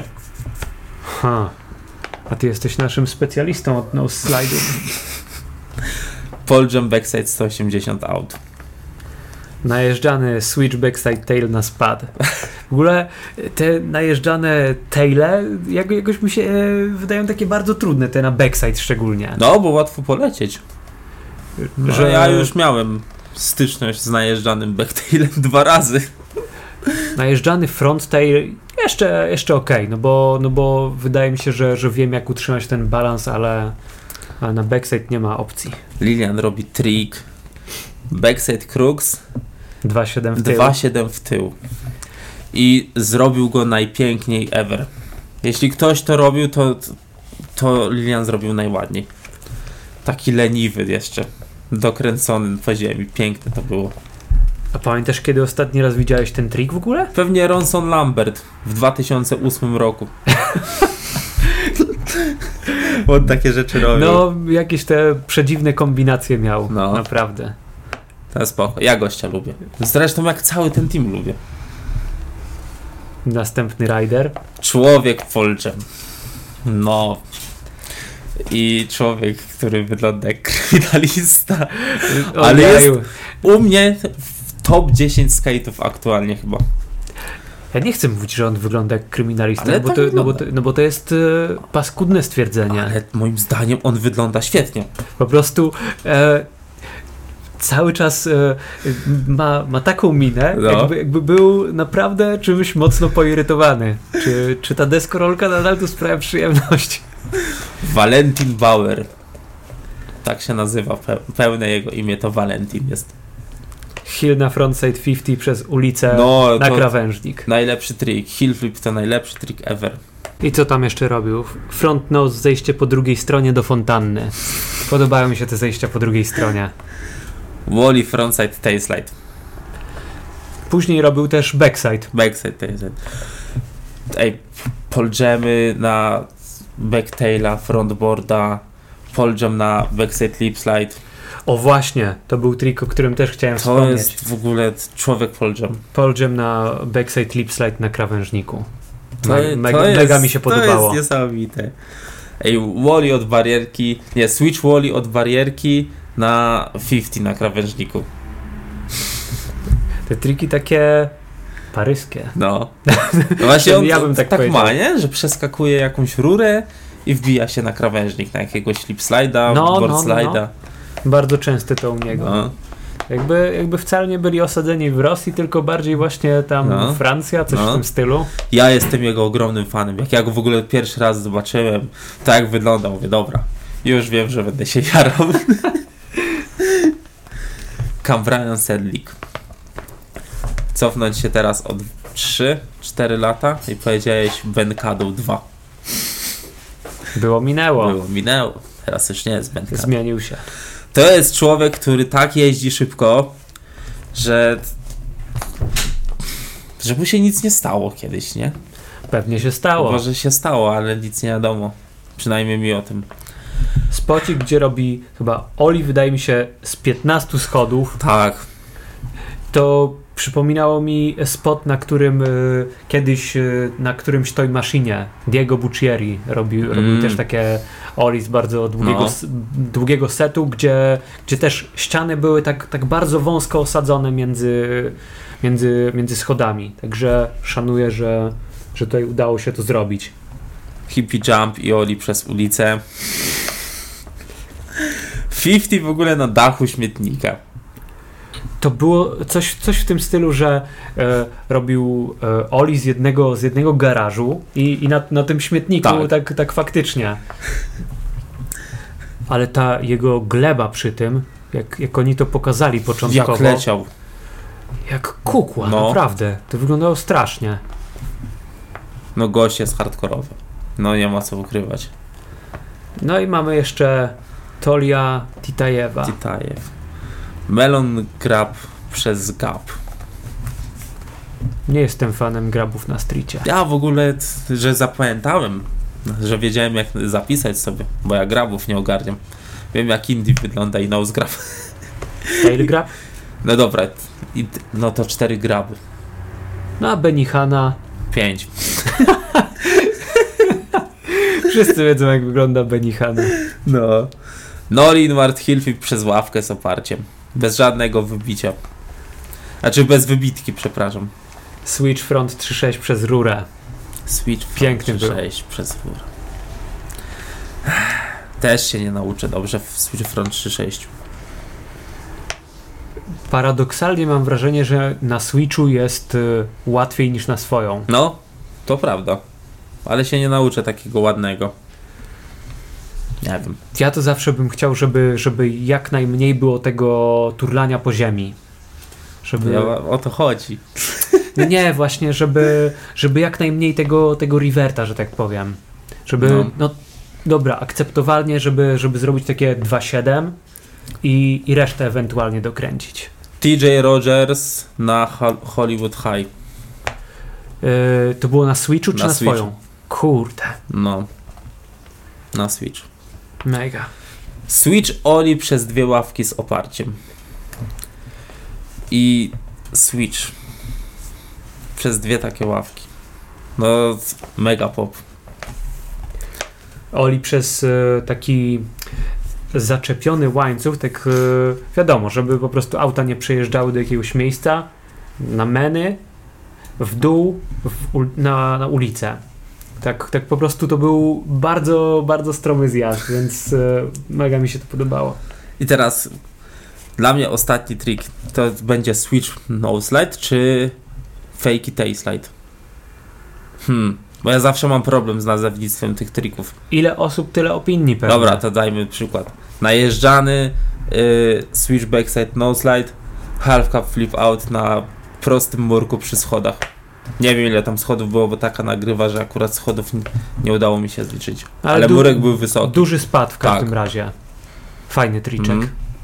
A ty jesteś naszym specjalistą od noslide'u. Pole jam backside 180 out. Najeżdżany switch backside tail na spad. W ogóle te najeżdżane taile jakoś mi się wydają takie bardzo trudne, te na backside szczególnie. No, bo łatwo polecieć. Że ja już miałem styczność z najeżdżanym backtailem 2 razy. Najeżdżany front tail jeszcze okej, no bo wydaje mi się, że wiem, jak utrzymać ten balans, ale na backside nie ma opcji. Lilian robi trik. Backside crux 2.7 w tył. 2.7 w tył. I zrobił go najpiękniej ever. Jeśli ktoś to robił, to Lilian zrobił najładniej. Taki leniwy jeszcze. Dokręcony po ziemi. Piękne to było. A pamiętasz, kiedy ostatni raz widziałeś ten trik w ogóle? Pewnie Ronson Lambert w 2008 roku. On takie rzeczy robił. No, jakieś te przedziwne kombinacje miał. No. Naprawdę. To jest spoko. Ja gościa lubię. Zresztą jak cały ten team lubię. Następny rider. Człowiek pole jam. No. I człowiek, który wygląda jak kryminalista. Ale jest u mnie w top 10 skate'ów aktualnie chyba. Ja nie chcę mówić, że on wygląda jak kryminalista, bo to jest paskudne stwierdzenie. Ale moim zdaniem on wygląda świetnie. Po prostu cały czas ma taką minę, jakby był naprawdę czymś mocno poirytowany. Czy ta deskorolka nadal tu sprawia przyjemność? Valentin Bauer. Tak się nazywa. Pełne jego imię to Valentin jest. Hill na frontside 50 przez ulicę na krawężnik. Najlepszy trik. Hill flip to najlepszy trik ever. I co tam jeszcze robił? Front nose, zejście po drugiej stronie do fontanny. Podobają mi się te zejścia po drugiej stronie. Wally frontside tailslide. Później robił też backside. Backside tailslide. Poljamy na backtaila, frontboarda, poljam na backside lip slide. O właśnie, to był trik, o którym też chciałem wspomnieć. To jest w ogóle człowiek poljam. Poljam na backside lip slide na krawężniku. Mega mi się podobało. To jest niesamowite. Wally od barierki, switch Wally od barierki na 50 na krawężniku. Te triki takie paryskie. No właśnie on ja bym tak ma, nie? Że przeskakuje jakąś rurę i wbija się na krawężnik, na jakiegoś slip slide'a, board slide'a. Bardzo częste to u niego. No. Jakby wcale nie byli osadzeni w Rosji, tylko bardziej właśnie tam Francja, coś w tym stylu. Ja jestem jego ogromnym fanem. Jak ja go w ogóle pierwszy raz zobaczyłem, tak jak wyglądał, mówię, dobra, już wiem, że będę się jarał. Cambrian Sedlik. Cofnąć się teraz od 3-4 lata i powiedziałeś Benkado 2. Minęło. Teraz już nie jest Benkado. Zmienił się. To jest człowiek, który tak jeździ szybko, że mu się nic nie stało kiedyś, nie? Pewnie się stało. Może się stało, ale nic nie wiadomo. Przynajmniej mi o tym. Spocik, gdzie robi chyba Oli, wydaje mi się, z 15 schodów. Tak. To przypominało mi spot, na którym kiedyś na którymś Toy Machinie Diego Buccieri robił też takie Oli z bardzo długiego setu, gdzie też ściany były tak bardzo wąsko osadzone między schodami. Także szanuję, że tutaj udało się to zrobić. Hippie jump i Oli przez ulicę. 50 w ogóle na dachu śmietnika. To było coś w tym stylu, że robił Oli z jednego garażu i na tym śmietniku tak faktycznie. Ale ta jego gleba przy tym, jak oni to pokazali początkowo. Jak leciał. Jak kukła, naprawdę. To wyglądało strasznie. No gość jest hardkorowy. No nie ma co ukrywać. No i mamy jeszcze Tolia Titajewa. Melon grab przez gap. Nie jestem fanem grabów na streetie. Ja w ogóle, że zapamiętałem, że wiedziałem jak zapisać sobie, bo ja grabów nie ogarniam. Wiem jak indie wygląda i nose grab. Tail grab? No dobra, no to 4 graby. No a Benihana 5. Wszyscy wiedzą jak wygląda Benihana. No. Norinward Hillflip przez ławkę z oparciem. Bez żadnego wybicia. Znaczy bez wybitki, przepraszam. Switch front 3.6 przez rurę. Switch front 3.6 przez rurę. Też się nie nauczę dobrze w Switch front 3.6. Paradoksalnie mam wrażenie, że na Switchu jest łatwiej niż na swoją. No, to prawda. Ale się nie nauczę takiego ładnego. Nie wiem. Ja to zawsze bym chciał, żeby jak najmniej było tego turlania po ziemi. O to chodzi. Nie, właśnie, żeby jak najmniej tego reverta, że tak powiem. Żeby, dobra, akceptowalnie, żeby zrobić takie 2.7 i resztę ewentualnie dokręcić. TJ Rogers na Hollywood High. To było na Switchu czy na Switchu. swoją? Kurde. No. Na Switch. Mega. Switch Oli przez 2 ławki z oparciem. I Switch przez 2 takie ławki. No, mega pop. Oli przez taki zaczepiony łańcuch, tak wiadomo, żeby po prostu auta nie przejeżdżały do jakiegoś miejsca, na meny, w dół, na ulicę. Tak po prostu to był bardzo, bardzo stromy zjazd, więc mega mi się to podobało. I teraz dla mnie ostatni trik to będzie switch no slide czy fake tail slide. Bo ja zawsze mam problem z nazewnictwem tych trików. Ile osób, tyle opinii pewnie. Dobra, to dajmy przykład. Najeżdżany switch backside no slide, half cup flip out na prostym murku przy schodach. Nie wiem ile tam schodów było, bo taka nagrywa, że akurat schodów nie udało mi się zliczyć. Ale murek był wysoki. Duży spad w każdym razie. Fajny triczek.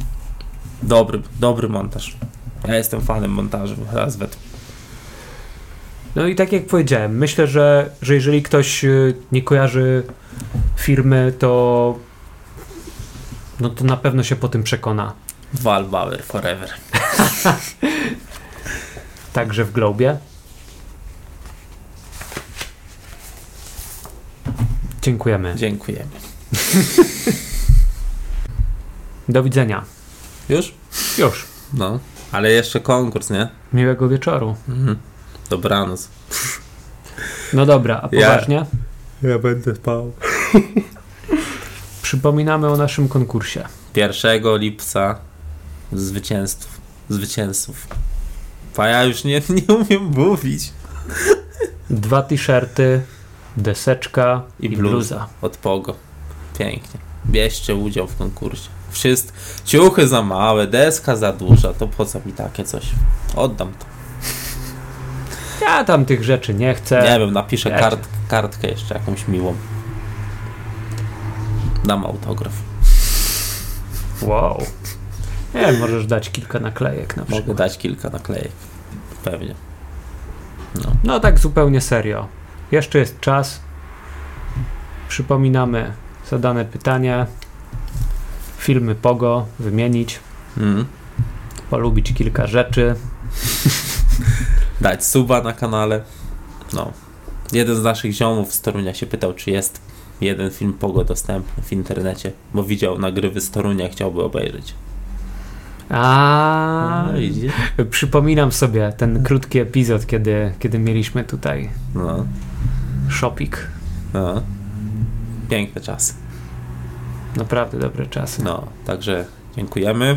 Dobry montaż. Ja jestem fanem montażu. Razwet. No i tak jak powiedziałem, myślę, że jeżeli ktoś nie kojarzy firmy, to no to na pewno się po tym przekona. Wallbauer forever. Także w Globie. Dziękujemy. Dziękujemy. Do widzenia. Już? Już. No, ale jeszcze konkurs, nie? Miłego wieczoru. Dobranoc. No dobra, a poważnie? Ja będę spał. Przypominamy o naszym konkursie. 1 lipca zwycięzców. A ja już nie umiem mówić. 2 t-shirty, deseczka i bluza. Od Pogo. Pięknie. Bierzcie udział w konkursie. Ciuchy za małe, deska za duża, to po co mi takie coś? Oddam to. Ja tam tych rzeczy nie chcę. Nie wiem, napiszę kartkę jeszcze jakąś miłą. Dam autograf. Wow. Nie, możesz dać kilka naklejek na przykład. Mogę dać kilka naklejek. Pewnie. No tak zupełnie serio. Jeszcze jest czas. Przypominamy zadane pytania. Filmy Pogo wymienić. Polubić kilka rzeczy. Dać suba na kanale. No. Jeden z naszych ziomów z Torunia się pytał, czy jest jeden film Pogo dostępny w internecie, bo widział nagrywy z Torunia, chciałby obejrzeć. Przypominam sobie ten krótki epizod, kiedy mieliśmy tutaj shopping. No. Piękne czasy. Naprawdę dobre czasy. No, także dziękujemy.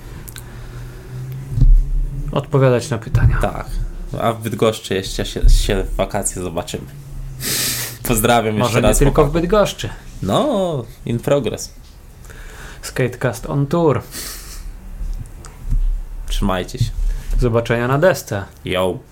Odpowiadać na pytania. Tak. A w Bydgoszczy jeszcze się w wakacje zobaczymy. Pozdrawiam jeszcze raz. Może nie tylko w Bydgoszczy. No, in progress. Skatecast on tour. Trzymajcie się. Zobaczenia na desce. Yo.